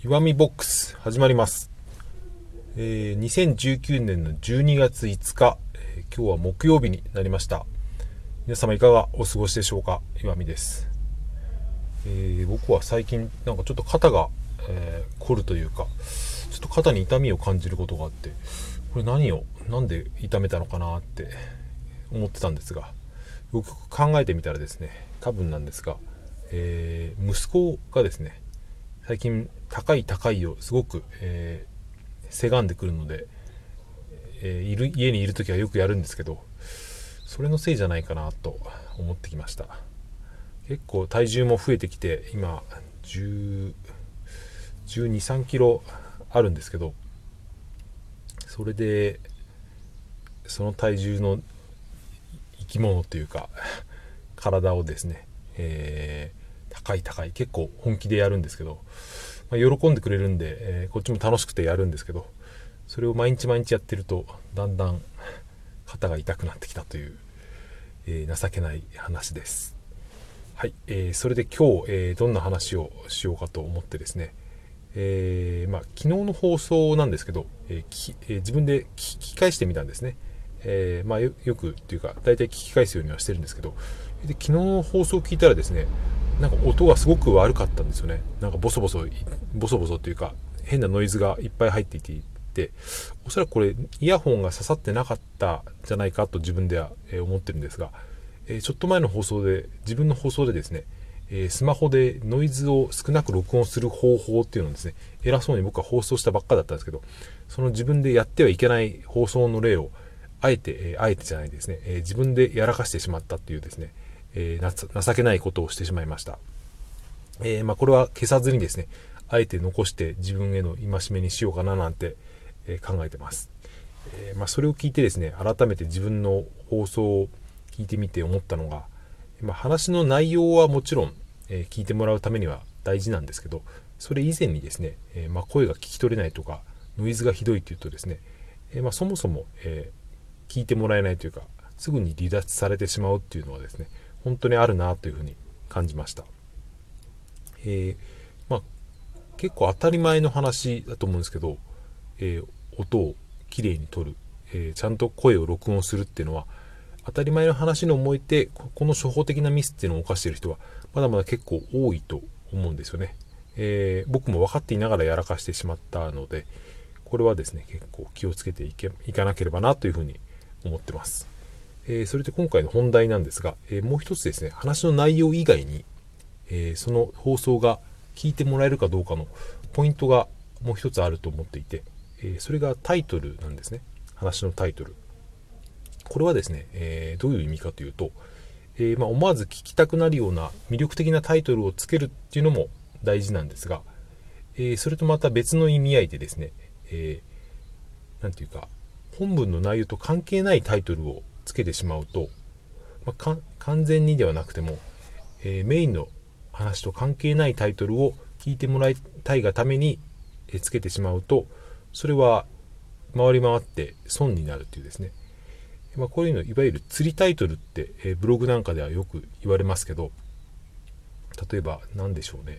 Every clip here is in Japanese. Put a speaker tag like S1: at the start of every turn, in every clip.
S1: 岩見ボックス始まります。2019年の12月5日、今日は木曜日になりました。皆様いかがお過ごしでしょうか。岩見です。僕は最近なんかちょっと肩が、凝るというか、ちょっと肩に痛みを感じることがあって、これなんで痛めたのかなって思ってたんですが、よく考えてみたらですね、多分なんですが、息子がですね、最近高いをすごく、せがんでくるので、家にいるときはよくやるんですけど、それのせいじゃないかなと思ってきました。結構体重も増えてきて、今12、3キロあるんですけど、それでその体重の生き物というか体をですね、高い結構本気でやるんですけど、喜んでくれるんで、こっちも楽しくてやるんですけど、それを毎日やってるとだんだん肩が痛くなってきたという、情けない話です。はい、それで今日、どんな話をしようかと思ってですね、昨日の放送なんですけど、自分で聞き返してみたんですね。よくというか大体聞き返すようにはしてるんですけど、で昨日の放送を聞いたらですね、なんか音がすごく悪かったんですよね。なんかボソボソというか変なノイズがいっぱい入っていて、おそらくこれイヤホンが刺さってなかったんじゃないかと自分では思ってるんですが、ちょっと前の自分の放送でですね、スマホでノイズを少なく録音する方法っていうのをですね、偉そうに僕は放送したばっかだったんですけど、その自分でやってはいけない放送の例をあえてじゃないですね、自分でやらかしてしまったっていうですね、情けないことをしてしまいました。これは消さずにですね、あえて残して自分への戒めにしようかななんて、考えてます。それを聞いてですね、改めて自分の放送を聞いてみて思ったのが、話の内容はもちろん、聞いてもらうためには大事なんですけど、それ以前にですね、声が聞き取れないとかノイズがひどいというとですね、そもそも、聞いてもらえないというか、すぐに離脱されてしまうっていうのはですね、本当にあるなというふうに感じました。結構当たり前の話だと思うんですけど、音をきれいに取る、ちゃんと声を録音するっていうのは当たり前の話に思えて、この初歩的なミスっていうのを犯している人はまだまだ結構多いと思うんですよね。僕も分かっていながらやらかしてしまったので、これはですね結構気をつけていかなければなというふうに思ってます。それで今回の本題なんですが、もう一つですね、話の内容以外に、その放送が聞いてもらえるかどうかのポイントがもう一つあると思っていて、それがタイトルなんですね。話のタイトル。これはですね、どういう意味かというと、思わず聞きたくなるような魅力的なタイトルをつけるっていうのも大事なんですが、それとまた別の意味合いでですね、なんていうか、本文の内容と関係ないタイトルをつけてしまうと、完全にではなくても、メインの話と関係ないタイトルを聞いてもらいたいがために、つけてしまうと、それは回り回って損になるというですね、こういうのいわゆる釣りタイトルって、ブログなんかではよく言われますけど、例えば何でしょうね、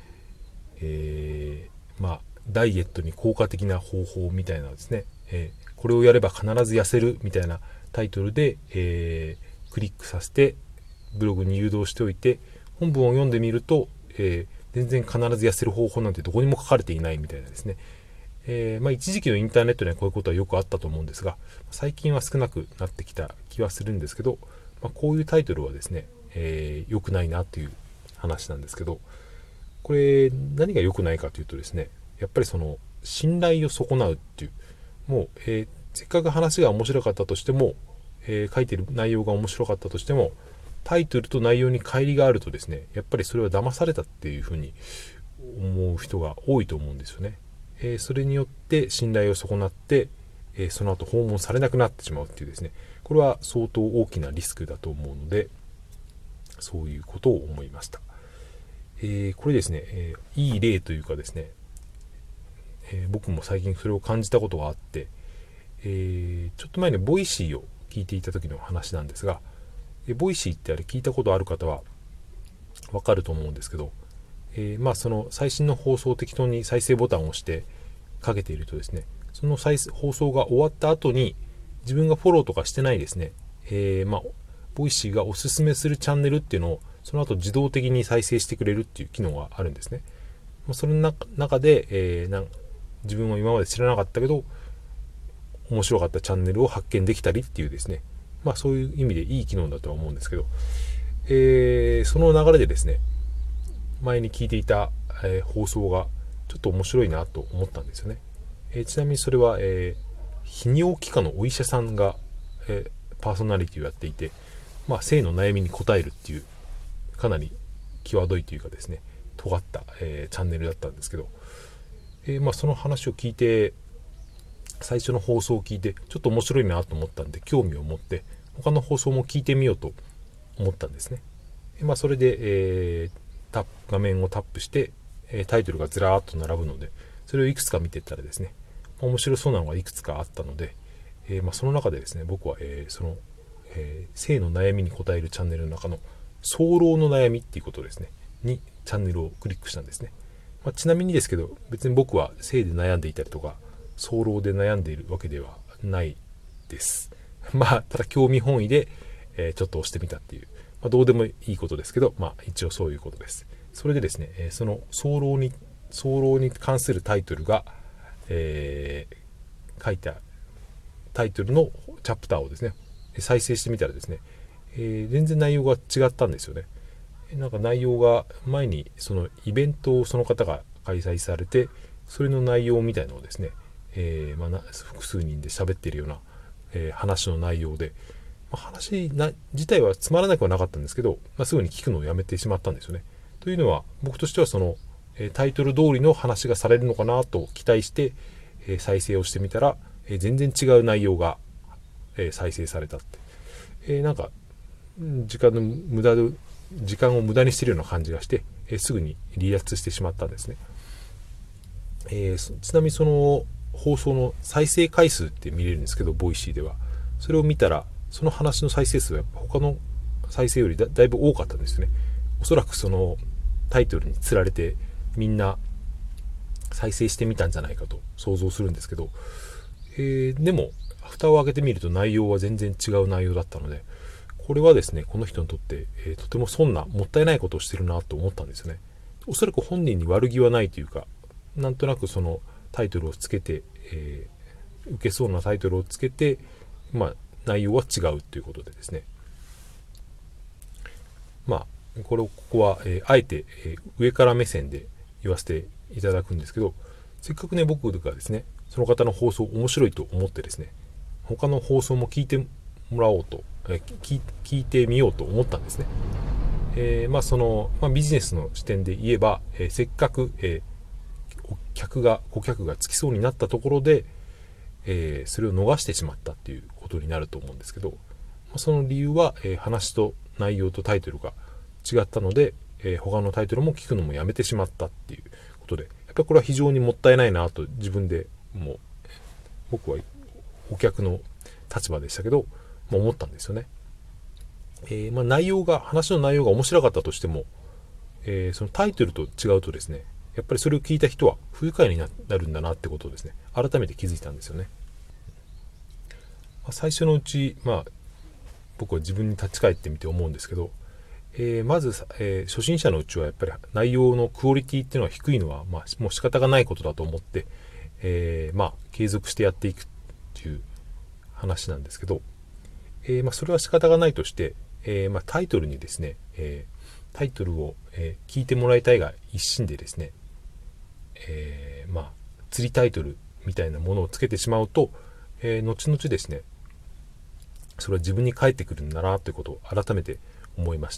S1: ダイエットに効果的な方法みたいなですね、これをやれば必ず痩せるみたいなタイトルで、クリックさせてブログに誘導しておいて、本文を読んでみると、全然必ず痩せる方法なんてどこにも書かれていないみたいなですね、一時期のインターネットにはこういうことはよくあったと思うんですが、最近は少なくなってきた気はするんですけど、こういうタイトルはですね、良くないなという話なんですけど、これ何が良くないかというとですね、やっぱりその信頼を損なうっていう、もう、せっかく話が面白かったとしても、書いてる内容が面白かったとしても、タイトルと内容に乖離があるとですね、やっぱりそれは騙されたっていうふうに思う人が多いと思うんですよね。それによって信頼を損なって、その後訪問されなくなってしまうっていうですね、これは相当大きなリスクだと思うので、そういうことを思いました。これですね、いい例というかですね、僕も最近それを感じたことがあって、ちょっと前にボイシーを聞いていた時の話なんですが、ボイシーってあれ聞いたことある方はわかると思うんですけど、 その最新の放送を適当に再生ボタンを押してかけているとですね、その放送が終わった後に自分がフォローとかしてないですね、ボイシーがおすすめするチャンネルっていうのをその後自動的に再生してくれるっていう機能があるんですね。それの中で、自分は今まで知らなかったけど面白かったチャンネルを発見できたりっていうですね、そういう意味でいい機能だとは思うんですけど、その流れでですね、前に聞いていた、放送がちょっと面白いなと思ったんですよね。ちなみにそれは、泌尿器科のお医者さんが、パーソナリティをやっていて、性の悩みに答えるっていうかなり際どいというかですね、尖った、チャンネルだったんですけど、その話を聞いて、最初の放送を聞いてちょっと面白いなと思ったんで興味を持って他の放送も聞いてみようと思ったんですね。それで、画面をタップしてタイトルがずらーっと並ぶのでそれをいくつか見ていったらですね、面白そうなのがいくつかあったので、その中でですね僕は、その、性の悩みに答えるチャンネルの中の早漏の悩みっていうことですねにチャンネルをクリックしたんですね。ちなみにですけど別に僕は性で悩んでいたりとか早漏で悩んでいるわけではないです。ただ興味本位で、ちょっと押してみたっていう、どうでもいいことですけど、一応そういうことです。それでですね、その早漏に関するタイトルが、書いたタイトルのチャプターをですね再生してみたらですね、全然内容が違ったんですよね。なんか内容が前にそのイベントをその方が開催されてそれの内容みたいなのをですね、複数人で喋っているような、話の内容で、話自体はつまらなくはなかったんですけど、すぐに聞くのをやめてしまったんですよね。というのは僕としてはその、タイトル通りの話がされるのかなと期待して、再生をしてみたら、全然違う内容が、再生されたって、なんか時間を無駄にしているような感じがして、すぐに離脱してしまったんですね。ちなみにその放送の再生回数って見れるんですけどボイシーではそれを見たらその話の再生数はやっぱ他の再生よりだいぶ多かったんですね。おそらくそのタイトルにつられてみんな再生してみたんじゃないかと想像するんですけど、でも蓋を開けてみると内容は全然違う内容だったのでこれはですねこの人にとって、とてももったいないことをしてるなと思ったんですよね。おそらく本人に悪気はないというかなんとなくそのタイトルをつけて、受けそうなタイトルをつけて、内容は違うということでですね、ここは、あえて、上から目線で言わせていただくんですけど、せっかくね僕がですねその方の放送面白いと思ってですね他の放送も聞いてもらおうと、聞いてみようと思ったんですね。ビジネスの視点で言えば、せっかく、顧客がつきそうになったところで、それを逃してしまったっていうことになると思うんですけど、その理由は、話と内容とタイトルが違ったので、他のタイトルも聞くのもやめてしまったっていうことでやっぱりこれは非常にもったいないなと自分でもう僕はお客の立場でしたけど、思ったんですよね。話の内容が面白かったとしても、そのタイトルと違うとですねやっぱりそれを聞いた人は不愉快になるんだなってことをですね改めて気づいたんですよね。最初のうち、僕は自分に立ち返ってみて思うんですけど、まず、初心者のうちはやっぱり内容のクオリティっていうのは低いのは、もう仕方がないことだと思って、継続してやっていくっていう話なんですけど、それは仕方がないとして、タイトルにですね、タイトルを、聞いてもらいたいが一心でですね、釣りタイトルみたいなものをつけてしまうと、後々ですねそれは自分に返ってくるんだなということを改めて思いました。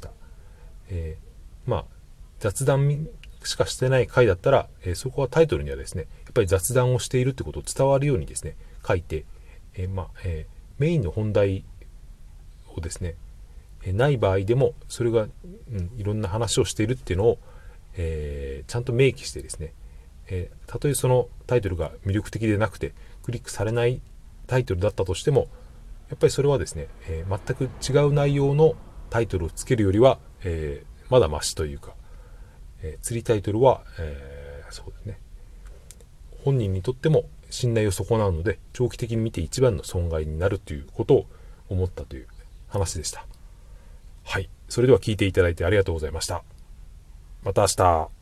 S1: 雑談しかしてない回だったら、そこはタイトルにはですねやっぱり雑談をしているということを伝わるようにですね書いて、メインの本題をですねない場合でもそれが、いろんな話をしているっていうのを、ちゃんと明記してですね、たとえそのタイトルが魅力的でなくてクリックされないタイトルだったとしてもやっぱりそれはですね、全く違う内容のタイトルをつけるよりは、まだマシというか、 釣りタイトルは、そうですね、本人にとっても信頼を損なうので長期的に見て一番の損害になるということを思ったという話でした。はい、それでは聞いていただいてありがとうございました。また明日。